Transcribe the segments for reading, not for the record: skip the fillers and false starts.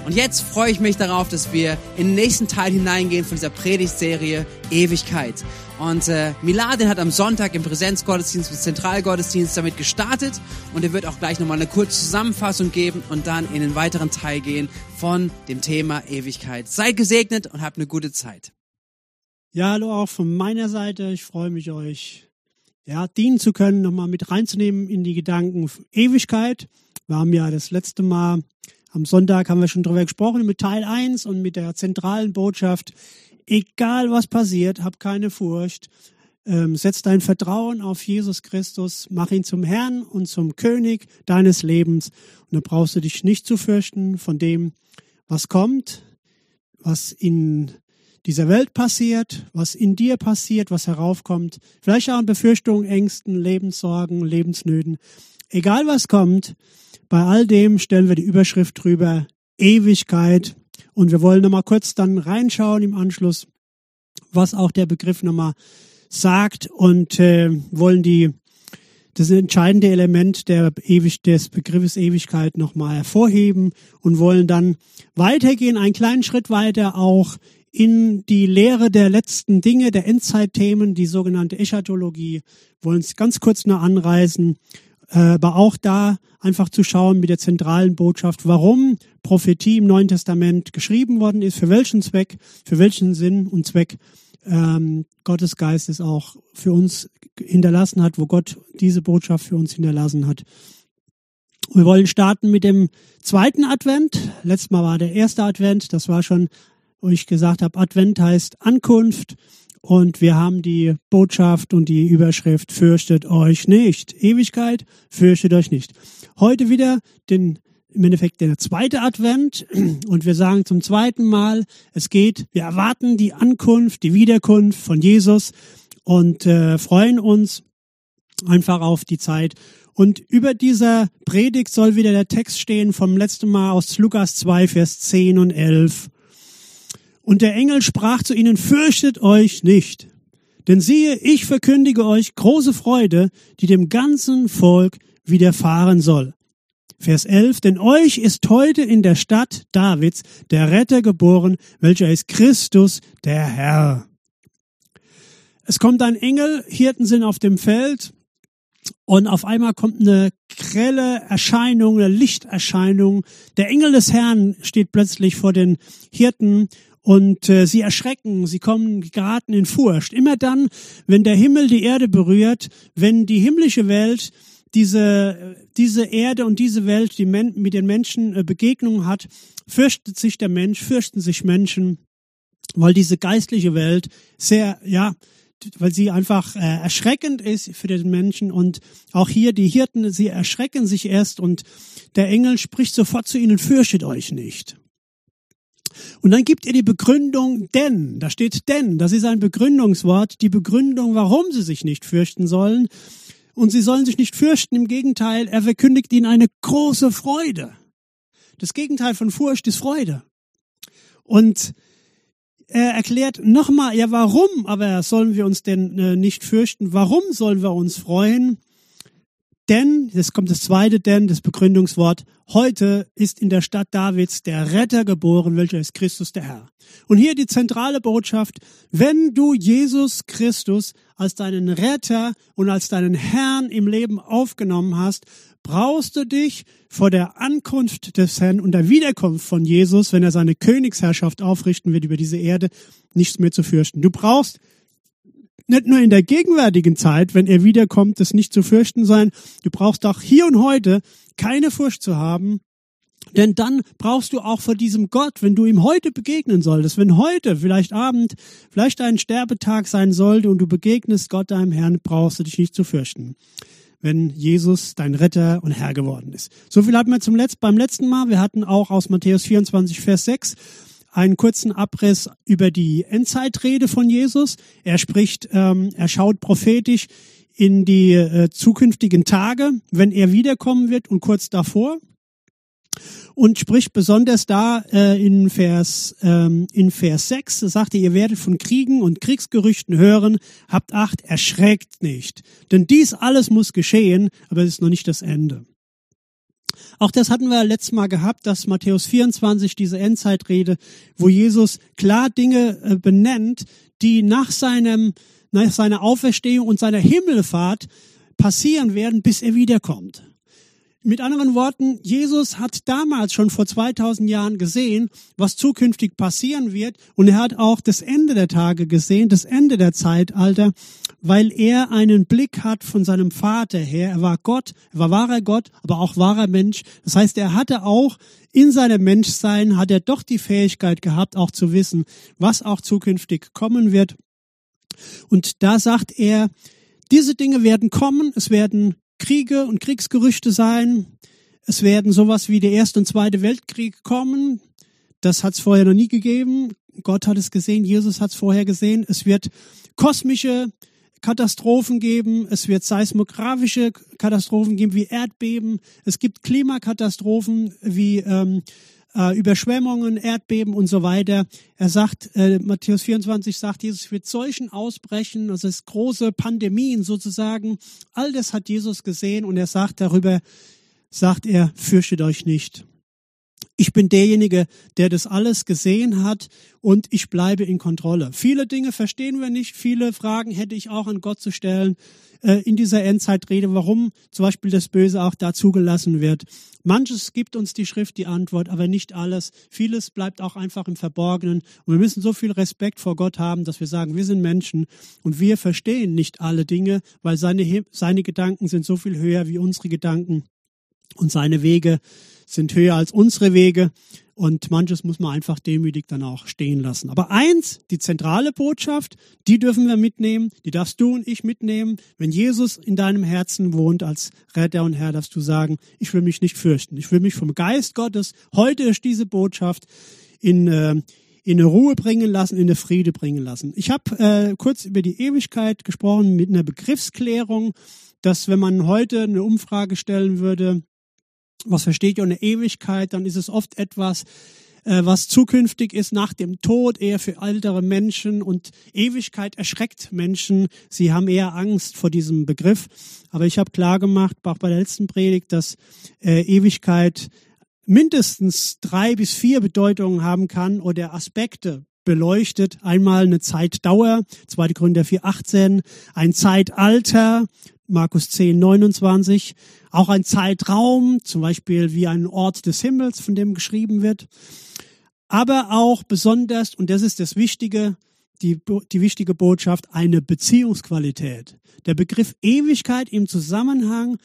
Und jetzt freue ich mich darauf, dass wir in den nächsten Teil hineingehen von dieser Predigtserie Ewigkeit. Und Miladin hat am Sonntag im Präsenzgottesdienst, im Zentralgottesdienst damit gestartet. Und er wird auch gleich nochmal eine kurze Zusammenfassung geben und dann in den weiteren Teil gehen von dem Thema Ewigkeit. Seid gesegnet und habt eine gute Zeit. Ja, hallo auch von meiner Seite. Ich freue mich, euch dienen zu können, nochmal mit reinzunehmen in die Gedanken Ewigkeit. Wir haben ja das letzte Mal, am Sonntag haben wir schon drüber gesprochen, mit Teil 1 und mit der zentralen Botschaft, egal was passiert, hab keine Furcht, setz dein Vertrauen auf Jesus Christus, mach ihn zum Herrn und zum König deines Lebens. Und dann brauchst du dich nicht zu fürchten von dem, was kommt, was in dieser Welt passiert, was in dir passiert, was heraufkommt. Vielleicht auch in Befürchtungen, Ängsten, Lebenssorgen, Lebensnöten. Egal was kommt, bei all dem stellen wir die Überschrift drüber, Ewigkeit. Und wir wollen nochmal kurz dann reinschauen im Anschluss, was auch der Begriff nochmal sagt und wollen das entscheidende Element des Begriffes Ewigkeit nochmal hervorheben und wollen dann weitergehen, einen kleinen Schritt weiter auch in die Lehre der letzten Dinge, der Endzeitthemen, die sogenannte Eschatologie, wollen es ganz kurz noch anreißen, aber auch da einfach zu schauen mit der zentralen Botschaft, warum Prophetie im Neuen Testament geschrieben worden ist, für welchen Zweck, für welchen Sinn und Zweck Gottes Geist es auch für uns hinterlassen hat, wo Gott diese Botschaft für uns hinterlassen hat. Wir wollen starten mit dem zweiten Advent. Letztes Mal war der erste Advent, das war schon, wo ich gesagt habe, Advent heißt Ankunft. Und wir haben die Botschaft und die Überschrift, fürchtet euch nicht. Ewigkeit, fürchtet euch nicht. Heute wieder im Endeffekt der zweite Advent. Und wir sagen zum zweiten Mal, wir erwarten die Ankunft, die Wiederkunft von Jesus und freuen uns einfach auf die Zeit. Und über dieser Predigt soll wieder der Text stehen vom letzten Mal aus Lukas 2, Vers 10 und 11. Und der Engel sprach zu ihnen, fürchtet euch nicht, denn siehe, ich verkündige euch große Freude, die dem ganzen Volk widerfahren soll. Vers 11, denn euch ist heute in der Stadt Davids der Retter geboren, welcher ist Christus, der Herr. Es kommt ein Engel, Hirten sind auf dem Feld und auf einmal kommt eine grelle Erscheinung, eine Lichterscheinung. Der Engel des Herrn steht plötzlich vor den Hirten. Und sie erschrecken, sie geraten in Furcht. Immer dann, wenn der Himmel die Erde berührt, wenn die himmlische Welt diese Erde und diese Welt mit den Menschen Begegnung hat, fürchten sich Menschen, weil diese geistliche Welt weil sie einfach erschreckend ist für den Menschen. Und auch hier die Hirten, sie erschrecken sich erst und der Engel spricht sofort zu ihnen, fürchtet euch nicht. Und dann gibt er die Begründung, denn, da steht denn, das ist ein Begründungswort, die Begründung, warum sie sich nicht fürchten sollen. Und sie sollen sich nicht fürchten, im Gegenteil, er verkündigt ihnen eine große Freude. Das Gegenteil von Furcht ist Freude. Und er erklärt nochmal, ja warum, aber sollen wir uns denn nicht fürchten? Warum sollen wir uns freuen? Denn, jetzt kommt das zweite denn, das Begründungswort, heute ist in der Stadt Davids der Retter geboren, welcher ist Christus der Herr. Und hier die zentrale Botschaft, wenn du Jesus Christus als deinen Retter und als deinen Herrn im Leben aufgenommen hast, brauchst du dich vor der Ankunft des Herrn und der Wiederkunft von Jesus, wenn er seine Königsherrschaft aufrichten wird über diese Erde, nichts mehr zu fürchten. Du brauchst nicht nur in der gegenwärtigen Zeit, wenn er wiederkommt, es nicht zu fürchten sein. Du brauchst auch hier und heute keine Furcht zu haben, denn dann brauchst du auch vor diesem Gott, wenn du ihm heute begegnen solltest, wenn heute, vielleicht Abend, vielleicht ein Sterbetag sein sollte und du begegnest Gott, deinem Herrn, brauchst du dich nicht zu fürchten, wenn Jesus dein Retter und Herr geworden ist. So viel hatten wir beim letzten Mal. Wir hatten auch aus Matthäus 24, Vers 6 einen kurzen Abriss über die Endzeitrede von Jesus. Er schaut prophetisch in die zukünftigen Tage, wenn er wiederkommen wird und kurz davor. Und spricht besonders da in Vers 6, sagt er, ihr werdet von Kriegen und Kriegsgerüchten hören, habt Acht, erschreckt nicht. Denn dies alles muss geschehen, aber es ist noch nicht das Ende. Auch das hatten wir letztes Mal gehabt, dass Matthäus 24, diese Endzeitrede, wo Jesus klar Dinge benennt, die nach seiner Auferstehung und seiner Himmelfahrt passieren werden, bis er wiederkommt. Mit anderen Worten, Jesus hat damals schon vor 2000 Jahren gesehen, was zukünftig passieren wird, und er hat auch das Ende der Tage gesehen, das Ende der Zeitalter, weil er einen Blick hat von seinem Vater her. Er war Gott, er war wahrer Gott, aber auch wahrer Mensch. Das heißt, er hatte auch in seinem Menschsein, hat er doch die Fähigkeit gehabt, auch zu wissen, was auch zukünftig kommen wird. Und da sagt er, diese Dinge werden kommen, es werden Kriege und Kriegsgerüchte sein. Es werden sowas wie der Erste und Zweite Weltkrieg kommen. Das hat es vorher noch nie gegeben. Gott hat es gesehen, Jesus hat es vorher gesehen. Es wird kosmische Katastrophen geben. Es wird seismografische Katastrophen geben wie Erdbeben. Es gibt Klimakatastrophen wie Überschwemmungen, Erdbeben und so weiter. Er sagt, Matthäus 24 sagt, Jesus wird Seuchen ausbrechen, also es große Pandemien sozusagen. All das hat Jesus gesehen und er sagt darüber, fürchtet euch nicht. Ich bin derjenige, der das alles gesehen hat und ich bleibe in Kontrolle. Viele Dinge verstehen wir nicht, viele Fragen hätte ich auch an Gott zu stellen in dieser Endzeitrede, warum zum Beispiel das Böse auch da zugelassen wird. Manches gibt uns die Schrift die Antwort, aber nicht alles. Vieles bleibt auch einfach im Verborgenen und wir müssen so viel Respekt vor Gott haben, dass wir sagen, wir sind Menschen und wir verstehen nicht alle Dinge, weil seine Gedanken sind so viel höher wie unsere Gedanken und seine Wege sind höher als unsere Wege und manches muss man einfach demütig dann auch stehen lassen. Aber eins, die zentrale Botschaft, die dürfen wir mitnehmen, die darfst du und ich mitnehmen. Wenn Jesus in deinem Herzen wohnt als Retter und Herr, darfst du sagen, ich will mich nicht fürchten. Ich will mich vom Geist Gottes, heute ist diese Botschaft, in eine Ruhe bringen lassen, in eine Friede bringen lassen. Ich habe kurz über die Ewigkeit gesprochen mit einer Begriffsklärung, dass wenn man heute eine Umfrage stellen würde, was versteht ihr unter Ewigkeit, dann ist es oft etwas, was zukünftig ist nach dem Tod, eher für ältere Menschen, und Ewigkeit erschreckt Menschen. Sie haben eher Angst vor diesem Begriff. Aber ich habe klar gemacht, auch bei der letzten Predigt, dass Ewigkeit mindestens 3 bis 4 Bedeutungen haben kann oder Aspekte beleuchtet. Einmal eine Zeitdauer, 2. Korinther 4,18, ein Zeitalter, Markus 10,29, auch ein Zeitraum, zum Beispiel wie ein Ort des Himmels, von dem geschrieben wird. Aber auch besonders, und das ist das Wichtige, die wichtige Botschaft, eine Beziehungsqualität. Der Begriff Ewigkeit im Zusammenhang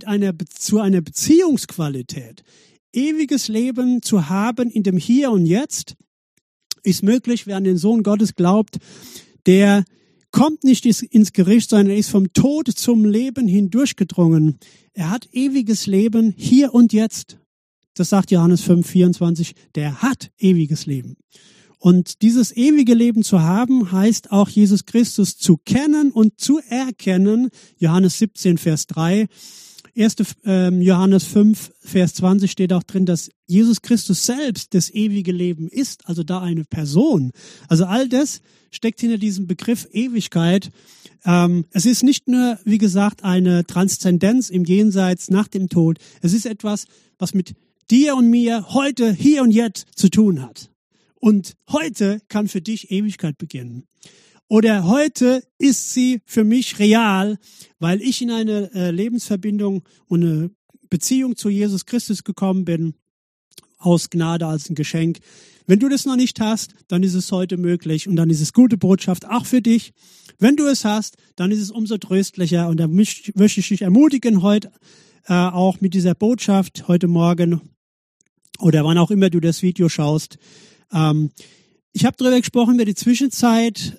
zu einer Beziehungsqualität. Ewiges Leben zu haben in dem Hier und Jetzt ist möglich, wer an den Sohn Gottes glaubt, der kommt nicht ins Gericht, sondern er ist vom Tod zum Leben hindurchgedrungen. Er hat ewiges Leben hier und jetzt. Das sagt Johannes 5,24. Der hat ewiges Leben. Und dieses ewige Leben zu haben, heißt auch Jesus Christus zu kennen und zu erkennen. Johannes 17, Vers 3. 1. Johannes 5, Vers 20 steht auch drin, dass Jesus Christus selbst das ewige Leben ist, also da eine Person. Also all das steckt hinter diesem Begriff Ewigkeit. Es ist nicht nur, wie gesagt, eine Transzendenz im Jenseits nach dem Tod. Es ist etwas, was mit dir und mir heute, hier und jetzt zu tun hat. Und heute kann für dich Ewigkeit beginnen. Oder heute ist sie für mich real, weil ich in eine Lebensverbindung und eine Beziehung zu Jesus Christus gekommen bin, aus Gnade als ein Geschenk. Wenn du das noch nicht hast, dann ist es heute möglich und dann ist es gute Botschaft auch für dich. Wenn du es hast, dann ist es umso tröstlicher und da möchte ich dich ermutigen heute auch mit dieser Botschaft heute Morgen oder wann auch immer du das Video schaust. Ich habe darüber gesprochen, über die Zwischenzeit,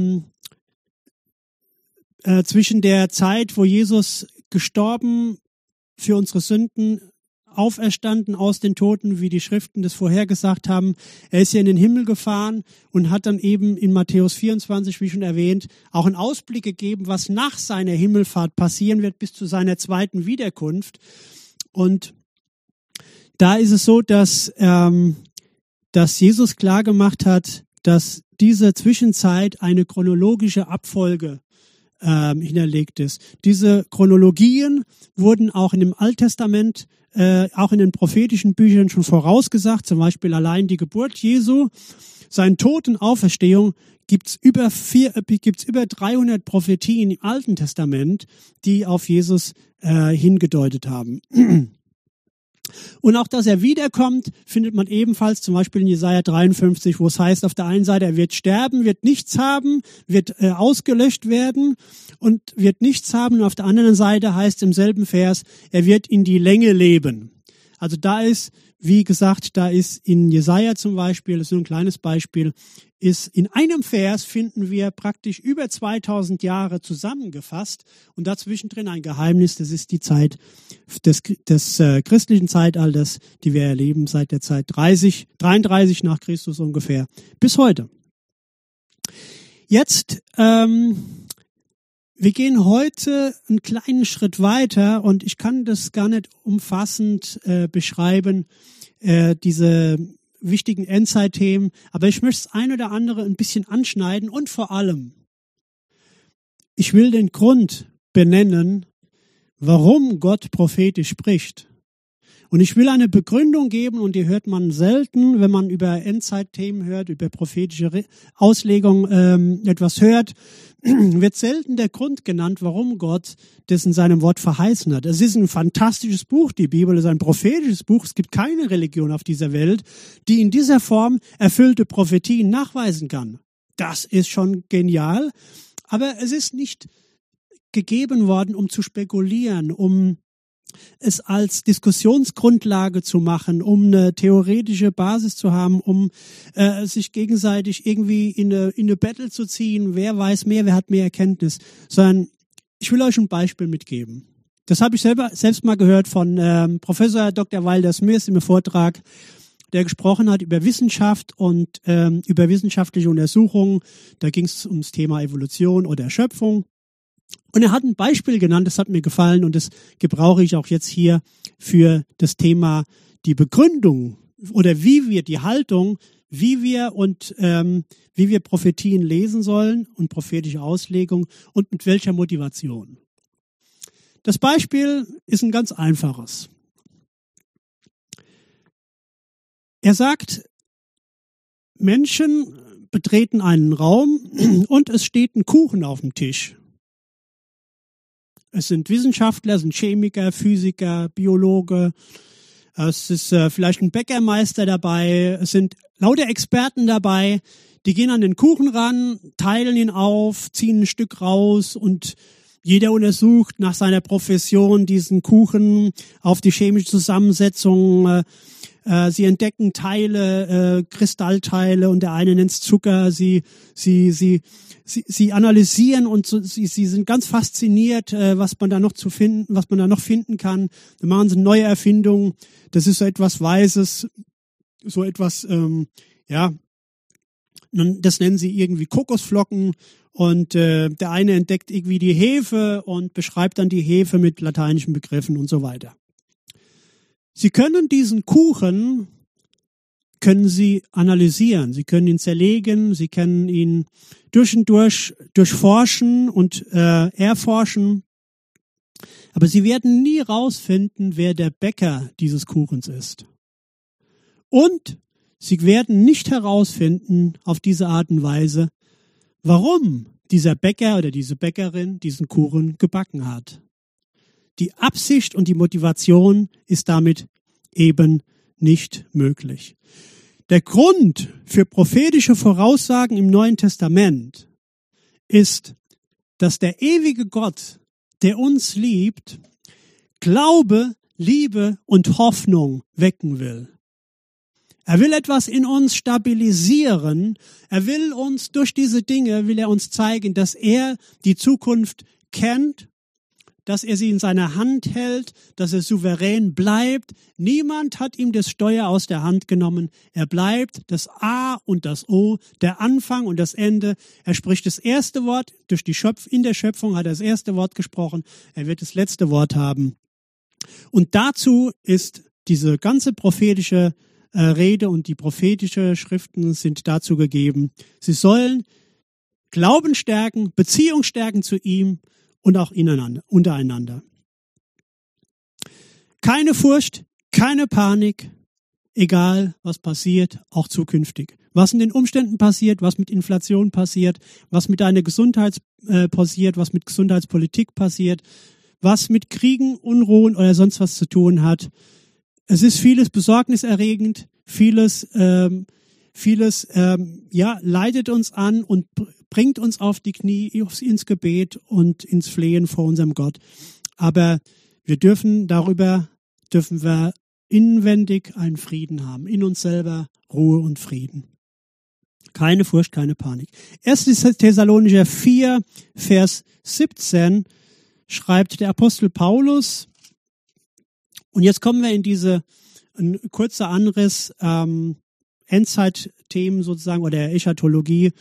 zwischen der Zeit, wo Jesus gestorben für unsere Sünden, auferstanden aus den Toten, wie die Schriften das vorhergesagt haben. Er ist ja in den Himmel gefahren und hat dann eben in Matthäus 24, wie schon erwähnt, auch einen Ausblick gegeben, was nach seiner Himmelfahrt passieren wird bis zu seiner zweiten Wiederkunft. Und da ist es so, dass Jesus klar gemacht hat, dass diese Zwischenzeit eine chronologische Abfolge hinterlegt ist. Diese Chronologien wurden auch in dem Alttestament auch in den prophetischen Büchern schon vorausgesagt, zum Beispiel allein die Geburt Jesu, sein Tod und Auferstehung, gibt's über 300 Prophetien im Alten Testament, die auf Jesus hingedeutet haben. Und auch, dass er wiederkommt, findet man ebenfalls zum Beispiel in Jesaja 53, wo es heißt, auf der einen Seite, er wird sterben, wird nichts haben, wird ausgelöscht werden und wird nichts haben. Und auf der anderen Seite heißt im selben Vers, er wird in die Länge leben. Also da ist, wie gesagt, da ist in Jesaja zum Beispiel, das ist nur ein kleines Beispiel, ist in einem Vers finden wir praktisch über 2000 Jahre zusammengefasst und dazwischen drin ein Geheimnis, das ist die Zeit des christlichen Zeitalters, die wir erleben seit der Zeit 33 nach Christus ungefähr bis heute. Jetzt, wir gehen heute einen kleinen Schritt weiter und ich kann das gar nicht umfassend beschreiben, diese wichtigen Endzeitthemen, aber ich möchte das ein oder andere ein bisschen anschneiden und vor allem, ich will den Grund benennen, warum Gott prophetisch spricht. Und ich will eine Begründung geben, und die hört man selten, wenn man über Endzeitthemen hört, über prophetische Auslegung etwas hört, wird selten der Grund genannt, warum Gott das in seinem Wort verheißen hat. Es ist ein fantastisches Buch, die Bibel ist ein prophetisches Buch. Es gibt keine Religion auf dieser Welt, die in dieser Form erfüllte Prophetien nachweisen kann. Das ist schon genial, aber es ist nicht gegeben worden, um zu spekulieren, um es als Diskussionsgrundlage zu machen, um eine theoretische Basis zu haben, um sich gegenseitig irgendwie in eine Battle zu ziehen, wer weiß mehr, wer hat mehr Erkenntnis, sondern ich will euch ein Beispiel mitgeben. Das habe ich selbst mal gehört von Professor Dr. Wilder Smith im Vortrag, der gesprochen hat über Wissenschaft und über wissenschaftliche Untersuchungen. Da ging es ums Thema Evolution oder Schöpfung. Und er hat ein Beispiel genannt, das hat mir gefallen und das gebrauche ich auch jetzt hier für das Thema die Begründung oder wie wir die Haltung, wie wir Prophetien lesen sollen und prophetische Auslegung und mit welcher Motivation. Das Beispiel ist ein ganz einfaches. Er sagt, Menschen betreten einen Raum und es steht ein Kuchen auf dem Tisch. Es sind Wissenschaftler, es sind Chemiker, Physiker, Biologe, es ist vielleicht ein Bäckermeister dabei, es sind lauter Experten dabei, die gehen an den Kuchen ran, teilen ihn auf, ziehen ein Stück raus und jeder untersucht nach seiner Profession diesen Kuchen auf die chemische Zusammensetzung. Sie entdecken Teile, Kristallteile und der eine nennt es Zucker. Sie analysieren und sie sind ganz fasziniert, was man da noch finden kann. Dann machen sie neue Erfindungen. Das ist so etwas Weißes, so etwas, das nennen sie irgendwie Kokosflocken. Und der eine entdeckt irgendwie die Hefe und beschreibt dann die Hefe mit lateinischen Begriffen und so weiter. Sie können diesen Kuchen, analysieren, Sie können ihn zerlegen, Sie können ihn durch und durch durchforschen und erforschen, aber Sie werden nie rausfinden, wer der Bäcker dieses Kuchens ist. Und Sie werden nicht herausfinden, auf diese Art und Weise, warum dieser Bäcker oder diese Bäckerin diesen Kuchen gebacken hat. Die Absicht und die Motivation ist damit eben nicht möglich. Der Grund für prophetische Voraussagen im Neuen Testament ist, dass der ewige Gott, der uns liebt, Glaube, Liebe und Hoffnung wecken will. Er will etwas in uns stabilisieren. Er will uns durch diese Dinge, will er uns zeigen, dass er die Zukunft kennt, dass er sie in seiner Hand hält, dass er souverän bleibt. Niemand hat ihm das Steuer aus der Hand genommen. Er bleibt das A und das O, der Anfang und das Ende. Er spricht das erste Wort, in der Schöpfung hat er das erste Wort gesprochen. Er wird das letzte Wort haben. Und dazu ist diese ganze prophetische Rede und die prophetische Schriften sind dazu gegeben. Sie sollen Glauben stärken, Beziehung stärken zu ihm und auch untereinander. Keine Furcht, keine Panik, egal was passiert, auch zukünftig. Was in den Umständen passiert, was mit Inflation passiert, was mit deiner Gesundheit passiert, was mit Gesundheitspolitik passiert, was mit Kriegen, Unruhen oder sonst was zu tun hat. Es ist vieles besorgniserregend, vieles leitet uns an und bringt uns auf die Knie, ins Gebet und ins Flehen vor unserem Gott. Aber wir dürfen inwendig einen Frieden haben, in uns selber Ruhe und Frieden. Keine Furcht, keine Panik. 1. Thessalonicher 4, Vers 17 schreibt der Apostel Paulus, und jetzt kommen wir in ein kurzer Anriss, Endzeitthemen sozusagen oder Eschatologie.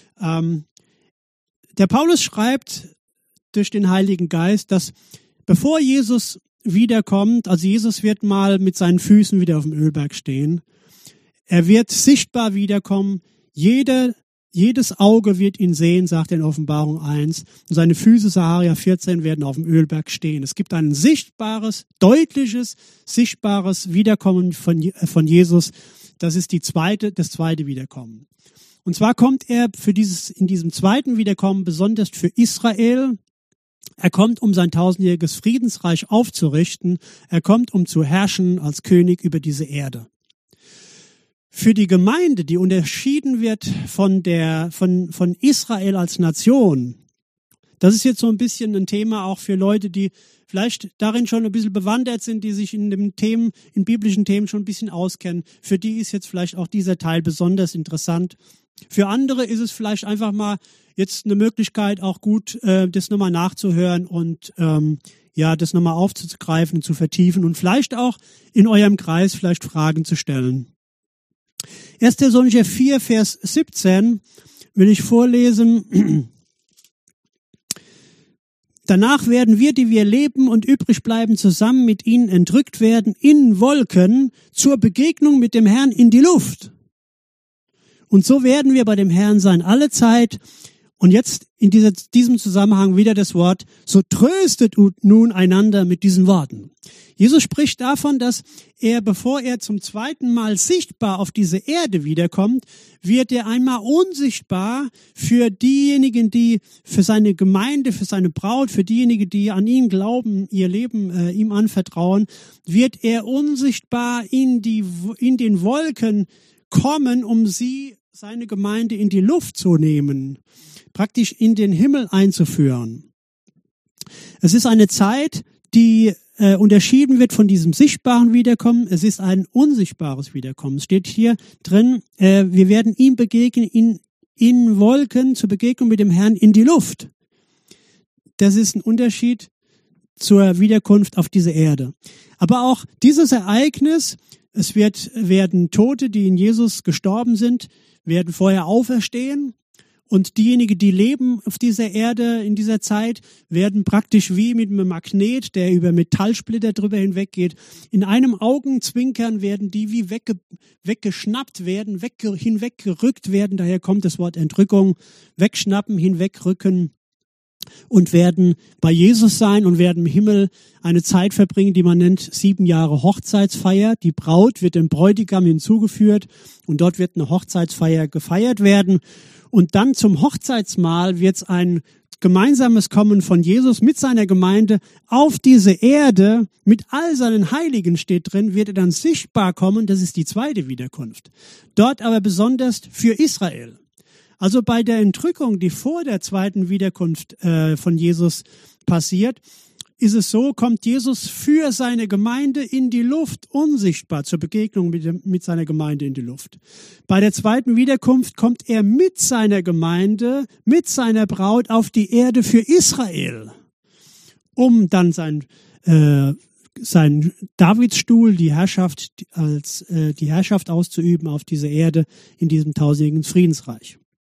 Der Paulus schreibt durch den Heiligen Geist, dass bevor Jesus wiederkommt, also Jesus wird mal mit seinen Füßen wieder auf dem Ölberg stehen, er wird sichtbar wiederkommen, jedes Auge wird ihn sehen, sagt er in Offenbarung 1, und seine Füße, Sacharja 14, werden auf dem Ölberg stehen. Es gibt ein deutliches, sichtbares Wiederkommen von Jesus. Das ist das zweite Wiederkommen. Und zwar kommt er in diesem zweiten Wiederkommen besonders für Israel. Er kommt, um sein 1000-jähriges Friedensreich aufzurichten. Er kommt, um zu herrschen als König über diese Erde. Für die Gemeinde, die unterschieden wird von Israel als Nation, das ist jetzt so ein bisschen ein Thema auch für Leute, die vielleicht darin schon ein bisschen bewandert sind, die sich in biblischen Themen schon ein bisschen auskennen. Für die ist jetzt vielleicht auch dieser Teil besonders interessant. Für andere ist es vielleicht einfach mal jetzt eine Möglichkeit, auch gut das nochmal nachzuhören und das nochmal aufzugreifen, zu vertiefen und vielleicht auch in eurem Kreis vielleicht Fragen zu stellen. 1. Thessalonicher 4, Vers 17 will ich vorlesen. Danach werden wir, die wir leben und übrig bleiben, zusammen mit ihnen entrückt werden in Wolken zur Begegnung mit dem Herrn in die Luft. Und so werden wir bei dem Herrn sein alle Zeit. Und jetzt in diesem Zusammenhang wieder das Wort, so tröstet nun einander mit diesen Worten. Jesus spricht davon, dass er, bevor er zum zweiten Mal sichtbar auf diese Erde wiederkommt, wird er einmal unsichtbar für diejenigen, die für seine Gemeinde, für seine Braut, für diejenigen, die an ihn glauben, ihr Leben ihm anvertrauen, wird er unsichtbar in den Wolken kommen, um seine Gemeinde in die Luft zu nehmen, praktisch in den Himmel einzuführen. Es ist eine Zeit, die unterschieden wird von diesem sichtbaren Wiederkommen. Es ist ein unsichtbares Wiederkommen. Es steht hier drin, wir werden ihm begegnen in Wolken zur Begegnung mit dem Herrn in die Luft. Das ist ein Unterschied zur Wiederkunft auf diese Erde. Aber auch dieses Ereignis, werden Tote, die in Jesus gestorben sind, werden vorher auferstehen. Und diejenigen, die leben auf dieser Erde in dieser Zeit, werden praktisch wie mit einem Magnet, der über Metallsplitter drüber hinweggeht, in einem Augenzwinkern werden die wie weggeschnappt werden, hinweggerückt werden. Daher kommt das Wort Entrückung, wegschnappen, hinwegrücken und werden bei Jesus sein und werden im Himmel eine Zeit verbringen, die man nennt 7 Jahre Hochzeitsfeier. Die Braut wird dem Bräutigam hinzugeführt und dort wird eine Hochzeitsfeier gefeiert werden. Und dann zum Hochzeitsmahl wird es ein gemeinsames Kommen von Jesus mit seiner Gemeinde auf diese Erde, mit all seinen Heiligen steht drin, wird er dann sichtbar kommen, das ist die zweite Wiederkunft. Dort aber besonders für Israel. Also bei der Entrückung, die vor der zweiten Wiederkunft von Jesus passiert, ist es so, kommt Jesus für seine Gemeinde in die Luft, unsichtbar zur Begegnung mit seiner Gemeinde in die Luft. Bei der zweiten Wiederkunft kommt er mit seiner Gemeinde, mit seiner Braut auf die Erde für Israel, um dann sein Davidsstuhl, die Herrschaft auszuüben auf dieser Erde in diesem 1000-jährigen Friedensreich.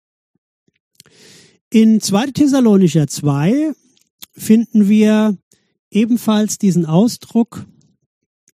In 2. Thessalonicher 2 finden wir ebenfalls diesen Ausdruck,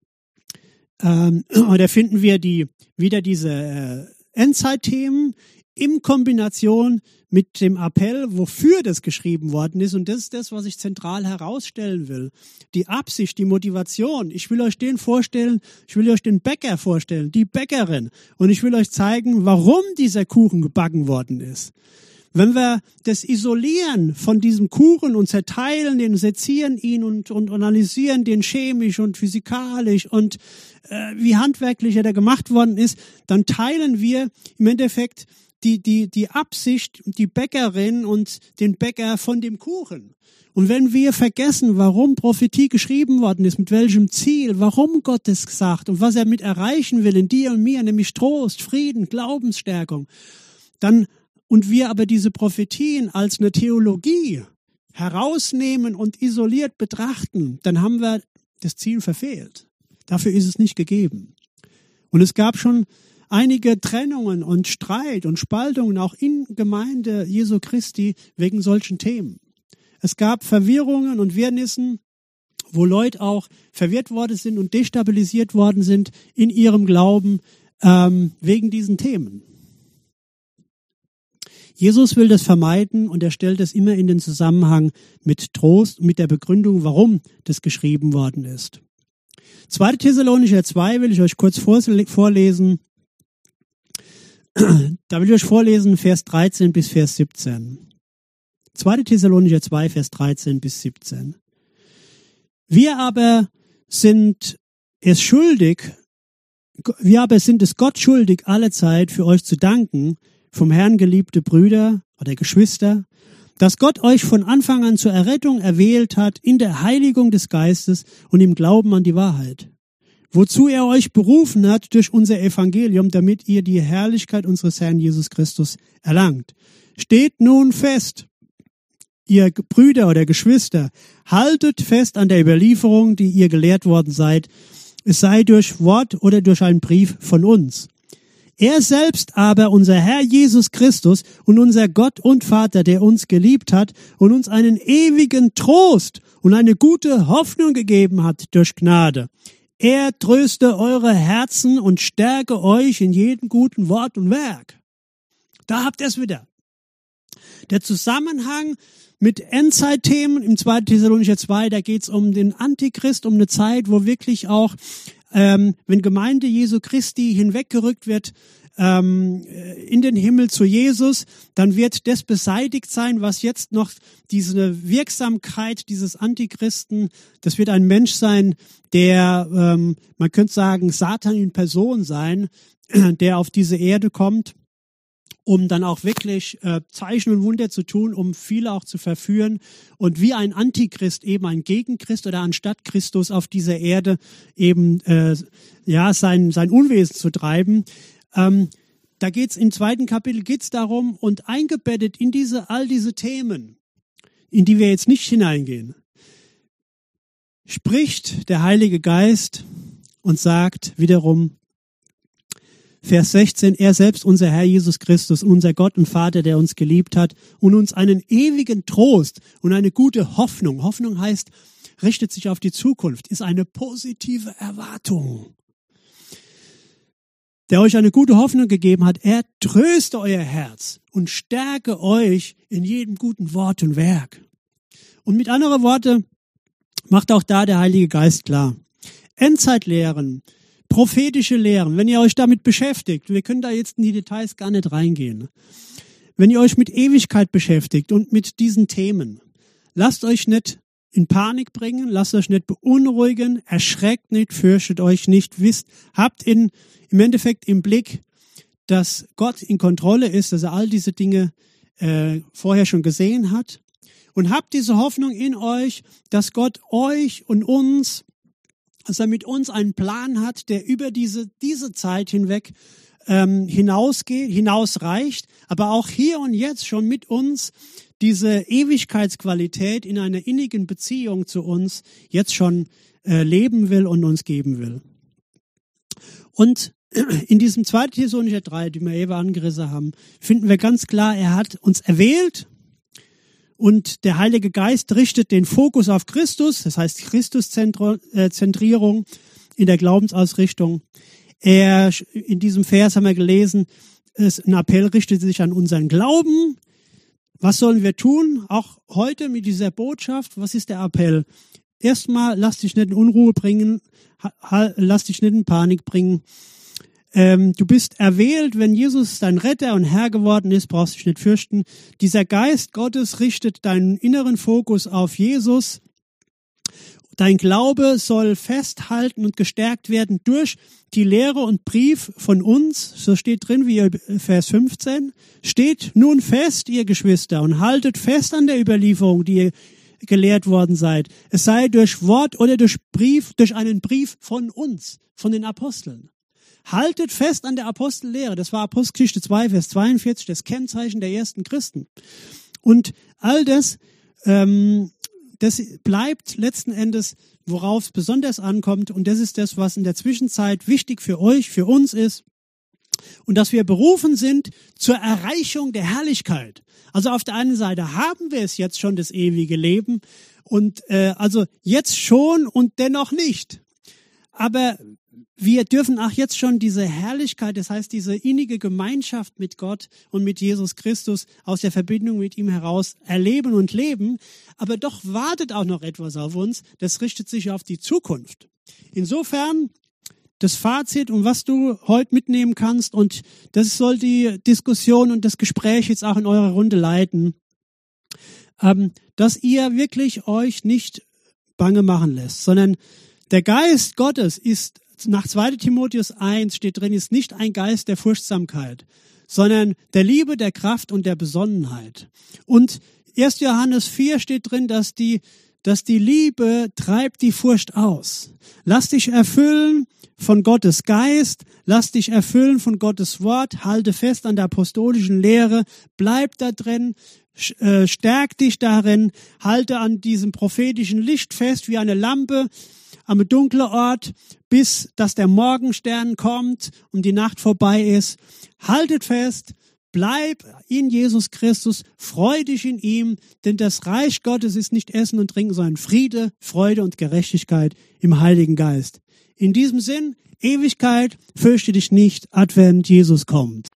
oder finden wir wieder diese Endzeitthemen in Kombination mit dem Appell, wofür das geschrieben worden ist. Und das ist das, was ich zentral herausstellen will. Die Absicht, die Motivation. Ich will euch den vorstellen, ich will euch den Bäcker vorstellen, die Bäckerin. Und ich will euch zeigen, warum dieser Kuchen gebacken worden ist. Wenn wir das isolieren von diesem Kuchen und zerteilen den, sezieren ihn und analysieren den chemisch und physikalisch und wie handwerklich er da gemacht worden ist, dann teilen wir im Endeffekt die Absicht, die Bäckerin und den Bäcker von dem Kuchen. Und wenn wir vergessen, warum Prophetie geschrieben worden ist, mit welchem Ziel, warum Gott es gesagt und was er mit erreichen will in dir und mir, nämlich Trost, Frieden, Glaubensstärkung, und wir aber diese Prophetien als eine Theologie herausnehmen und isoliert betrachten, dann haben wir das Ziel verfehlt. Dafür ist es nicht gegeben. Und es gab schon einige Trennungen und Streit und Spaltungen auch in Gemeinde Jesu Christi wegen solchen Themen. Es gab Verwirrungen und Wirrnissen, wo Leute auch verwirrt worden sind und destabilisiert worden sind in ihrem Glauben wegen diesen Themen. Jesus will das vermeiden und er stellt es immer in den Zusammenhang mit Trost, mit der Begründung, warum das geschrieben worden ist. 2. Thessalonicher 2 will ich euch kurz vorlesen. Da will ich euch vorlesen, Vers 13 bis Vers 17. 2. Thessalonicher 2, Vers 13 bis 17. Wir aber sind es Gott schuldig, allezeit für euch zu danken, vom Herrn geliebte Brüder oder Geschwister, dass Gott euch von Anfang an zur Errettung erwählt hat in der Heiligung des Geistes und im Glauben an die Wahrheit, wozu er euch berufen hat durch unser Evangelium, damit ihr die Herrlichkeit unseres Herrn Jesus Christus erlangt. Steht nun fest, ihr Brüder oder Geschwister, haltet fest an der Überlieferung, die ihr gelehrt worden seid, es sei durch Wort oder durch einen Brief von uns. Er selbst aber, unser Herr Jesus Christus und unser Gott und Vater, der uns geliebt hat und uns einen ewigen Trost und eine gute Hoffnung gegeben hat durch Gnade. Er tröste eure Herzen und stärke euch in jedem guten Wort und Werk. Da habt ihr es wieder. Der Zusammenhang mit Endzeitthemen im 2. Thessalonicher 2, da geht es um den Antichrist, um eine Zeit, wo wirklich auch wenn Gemeinde Jesu Christi hinweggerückt wird in den Himmel zu Jesus, dann wird das beseitigt sein, was jetzt noch diese Wirksamkeit dieses Antichristen, das wird ein Mensch sein, der, man könnte sagen, Satan in Person sein, der auf diese Erde kommt, um dann auch wirklich Zeichen und Wunder zu tun, um viele auch zu verführen und wie ein Antichrist, eben ein Gegenchrist oder anstatt Christus auf dieser Erde eben sein Unwesen zu treiben. Da geht's im 2. Kapitel geht's darum und eingebettet in all diese Themen, in die wir jetzt nicht hineingehen, spricht der Heilige Geist und sagt wiederum, Vers 16, er selbst, unser Herr Jesus Christus, unser Gott und Vater, der uns geliebt hat und uns einen ewigen Trost und eine gute Hoffnung. Hoffnung heißt, richtet sich auf die Zukunft, ist eine positive Erwartung. Der euch eine gute Hoffnung gegeben hat, er tröste euer Herz und stärke euch in jedem guten Wort und Werk. Und mit anderen Worten macht auch da der Heilige Geist klar. Endzeitlehren, prophetische Lehren, wenn ihr euch damit beschäftigt, wir können da jetzt in die Details gar nicht reingehen, wenn ihr euch mit Ewigkeit beschäftigt und mit diesen Themen, lasst euch nicht in Panik bringen, lasst euch nicht beunruhigen, erschreckt nicht, fürchtet euch nicht, habt im Endeffekt im Blick, dass Gott in Kontrolle ist, dass er all diese Dinge vorher schon gesehen hat und habt diese Hoffnung in euch, dass Gott euch und uns, dass er mit uns einen Plan hat, der über diese Zeit hinweg hinausreicht, aber auch hier und jetzt schon mit uns diese Ewigkeitsqualität in einer innigen Beziehung zu uns jetzt schon leben will und uns geben will. Und in diesem 2. Thessalonicher 3, die wir eben angerissen haben, finden wir ganz klar, er hat uns erwählt und der Heilige Geist richtet den Fokus auf Christus, das heißt Christuszentrierung in der Glaubensausrichtung. In diesem Vers haben wir gelesen, ein Appell richtet sich an unseren Glauben. Was sollen wir tun? Auch heute mit dieser Botschaft, was ist der Appell? Erstmal, lass dich nicht in Unruhe bringen, lass dich nicht in Panik bringen. Du bist erwählt, wenn Jesus dein Retter und Herr geworden ist, brauchst du dich nicht fürchten. Dieser Geist Gottes richtet deinen inneren Fokus auf Jesus. Dein Glaube soll festhalten und gestärkt werden durch die Lehre und Brief von uns. So steht drin, wie Vers 15. Steht nun fest, ihr Geschwister, und haltet fest an der Überlieferung, die ihr gelehrt worden seid. Es sei durch Wort oder durch einen Brief von uns, von den Aposteln. Haltet fest an der Apostellehre. Das war Apostelgeschichte 2, Vers 42, das Kennzeichen der ersten Christen. Und all das, das bleibt letzten Endes, worauf es besonders ankommt. Und das ist das, was in der Zwischenzeit wichtig für euch, für uns ist. Und dass wir berufen sind zur Erreichung der Herrlichkeit. Also auf der einen Seite haben wir es jetzt schon, das ewige Leben. Und also jetzt schon und dennoch nicht. Aber wir dürfen auch jetzt schon diese Herrlichkeit, das heißt diese innige Gemeinschaft mit Gott und mit Jesus Christus aus der Verbindung mit ihm heraus erleben und leben. Aber doch wartet auch noch etwas auf uns. Das richtet sich auf die Zukunft. Insofern das Fazit, um was du heute mitnehmen kannst, und das soll die Diskussion und das Gespräch jetzt auch in eurer Runde leiten, dass ihr wirklich euch nicht bange machen lässt, sondern der Geist Gottes ist, nach 2. Timotheus 1 steht drin, ist nicht ein Geist der Furchtsamkeit, sondern der Liebe, der Kraft und der Besonnenheit. Und 1. Johannes 4 steht drin, dass die Liebe treibt die Furcht aus. Lass dich erfüllen von Gottes Geist, lass dich erfüllen von Gottes Wort, halte fest an der apostolischen Lehre, bleib da drin, stärk dich darin, halte an diesem prophetischen Licht fest wie eine Lampe am dunklen Ort, bis dass der Morgenstern kommt und die Nacht vorbei ist. Haltet fest, bleib in Jesus Christus, freu dich in ihm, denn das Reich Gottes ist nicht Essen und Trinken, sondern Friede, Freude und Gerechtigkeit im Heiligen Geist. In diesem Sinn, Ewigkeit, fürchte dich nicht, Advent, Jesus kommt.